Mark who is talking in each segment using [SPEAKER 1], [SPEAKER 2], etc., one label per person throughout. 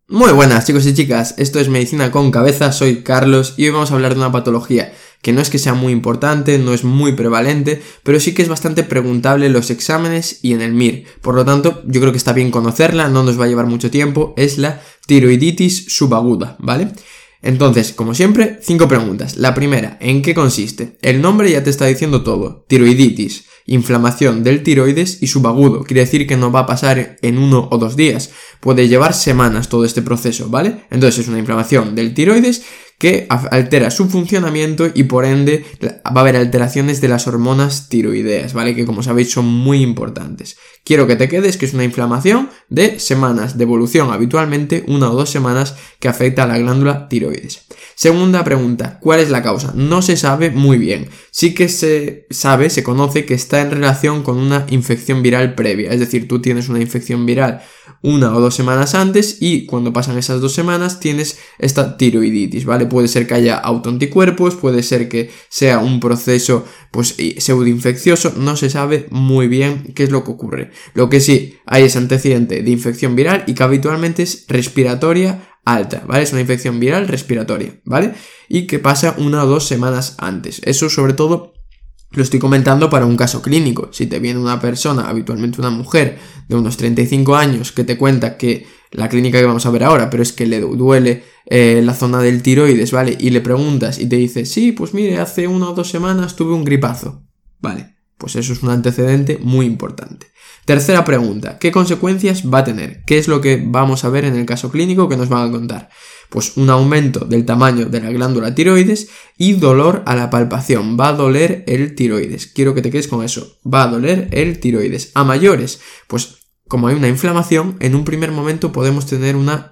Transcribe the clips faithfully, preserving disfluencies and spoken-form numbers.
[SPEAKER 1] Muy buenas chicos y chicas, esto es Medicina con Cabeza, soy Carlos y hoy vamos a hablar de una patología que no es que sea muy importante, no es muy prevalente, pero sí que es bastante preguntable en los exámenes y en el M I R. Por lo tanto, yo creo que está bien conocerla, no nos va a llevar mucho tiempo, es la tiroiditis subaguda, ¿vale? Entonces, como siempre, cinco preguntas. La primera, ¿en qué consiste? El nombre ya te está diciendo todo. Tiroiditis, inflamación del tiroides y subagudo. Quiere decir que no va a pasar en uno o dos días. Puede llevar semanas todo este proceso, ¿vale? Entonces es una inflamación del tiroides que altera su funcionamiento y por ende va a haber alteraciones de las hormonas tiroideas, ¿vale? Que como sabéis son muy importantes. Quiero que te quedes que es una inflamación de semanas de evolución, habitualmente una o dos semanas, que afecta a la glándula tiroides. Segunda pregunta, ¿cuál es la causa? No se sabe muy bien. Sí que se sabe, se conoce que está en relación con una infección viral previa, es decir, tú tienes una infección viral una o dos semanas antes y cuando pasan esas dos semanas tienes esta tiroiditis, ¿vale? Puede ser que haya autoanticuerpos, puede ser que sea un proceso pues pseudoinfeccioso, no se sabe muy bien qué es lo que ocurre. Lo que sí, hay ese antecedente de infección viral y que habitualmente es respiratoria alta, ¿vale? Es una infección viral respiratoria, ¿vale? Y que pasa una o dos semanas antes. Eso sobre todo lo estoy comentando para un caso clínico. Si te viene una persona, habitualmente una mujer de unos treinta y cinco años, que te cuenta que la clínica que vamos a ver ahora, pero es que le duele eh, la zona del tiroides, ¿vale? Y le preguntas y te dice, sí, pues mire, hace una o dos semanas tuve un gripazo, ¿vale? Pues eso es un antecedente muy importante. Tercera pregunta, ¿qué consecuencias va a tener? ¿Qué es lo que vamos a ver en el caso clínico que nos van a contar? Pues un aumento del tamaño de la glándula tiroides y dolor a la palpación. Va a doler el tiroides. Quiero que te quedes con eso. Va a doler el tiroides. A mayores, pues como hay una inflamación, en un primer momento podemos tener una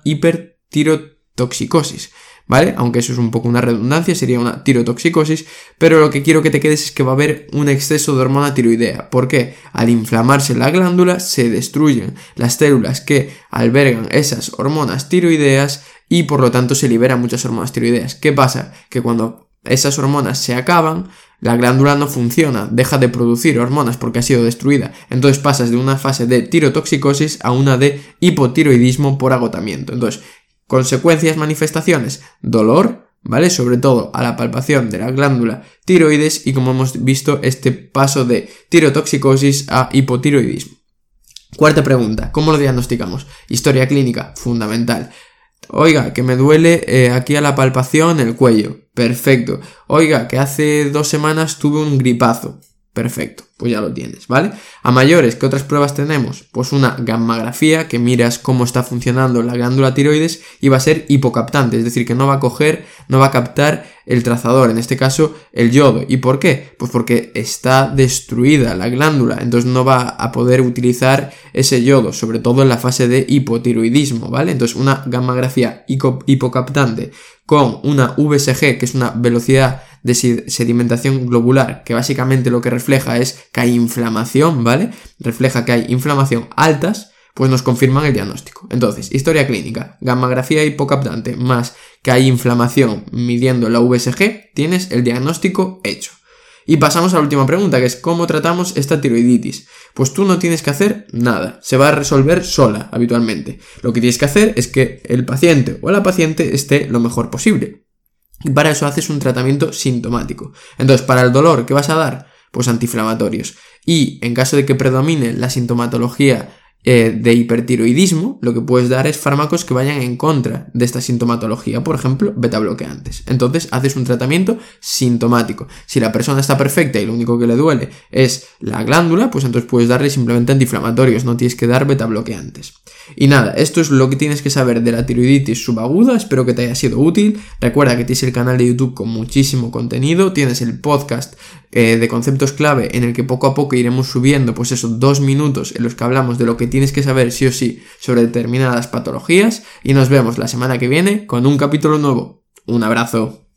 [SPEAKER 1] hipertirotoxicosis, ¿vale? Aunque eso es un poco una redundancia, sería una tirotoxicosis, pero lo que quiero que te quedes es que va a haber un exceso de hormona tiroidea. ¿Por qué? Al inflamarse la glándula se destruyen las células que albergan esas hormonas tiroideas y por lo tanto se liberan muchas hormonas tiroideas. ¿Qué pasa? Que cuando esas hormonas se acaban, la glándula no funciona, deja de producir hormonas porque ha sido destruida. Entonces pasas de una fase de tirotoxicosis a una de hipotiroidismo por agotamiento. Entonces, consecuencias, manifestaciones, dolor, ¿vale? Sobre todo a la palpación de la glándula tiroides y como hemos visto este paso de tirotoxicosis a hipotiroidismo. Cuarta pregunta, ¿cómo lo diagnosticamos? Historia clínica, fundamental. Oiga, que me duele eh, aquí a la palpación el cuello. Perfecto. Oiga, que hace dos semanas tuve un gripazo. Perfecto, pues ya lo tienes, ¿vale? A mayores, ¿qué otras pruebas tenemos? Pues una gammagrafía que miras cómo está funcionando la glándula tiroides y va a ser hipocaptante, es decir, que no va a coger, no va a captar el trazador, en este caso el yodo. ¿Y por qué? Pues porque está destruida la glándula, entonces no va a poder utilizar ese yodo, sobre todo en la fase de hipotiroidismo, ¿vale? Entonces una gammagrafía hipocaptante con una V S G, que es una velocidad de sedimentación globular, que básicamente lo que refleja es que hay inflamación, ¿vale? Refleja que hay inflamación altas, pues nos confirman el diagnóstico. Entonces, historia clínica, gammagrafía hipocaptante más que hay inflamación midiendo la V S G, tienes el diagnóstico hecho. Y pasamos a la última pregunta, que es ¿cómo tratamos esta tiroiditis? Pues tú no tienes que hacer nada, se va a resolver sola habitualmente. Lo que tienes que hacer es que el paciente o la paciente esté lo mejor posible. Y para eso haces un tratamiento sintomático. Entonces, para el dolor, ¿qué vas a dar? Pues antiinflamatorios. Y en caso de que predomine la sintomatología eh, de hipertiroidismo, lo que puedes dar es fármacos que vayan en contra de esta sintomatología, por ejemplo, betabloqueantes. Entonces, haces un tratamiento sintomático. Si la persona está perfecta y lo único que le duele es la glándula, pues entonces puedes darle simplemente antiinflamatorios, no tienes que dar betabloqueantes. Y nada, esto es lo que tienes que saber de la tiroiditis subaguda, espero que te haya sido útil. Recuerda que tienes el canal de YouTube con muchísimo contenido, tienes el podcast eh, de conceptos clave en el que poco a poco iremos subiendo pues esos dos minutos en los que hablamos de lo que tienes que saber sí o sí sobre determinadas patologías y nos vemos la semana que viene con un capítulo nuevo. Un abrazo.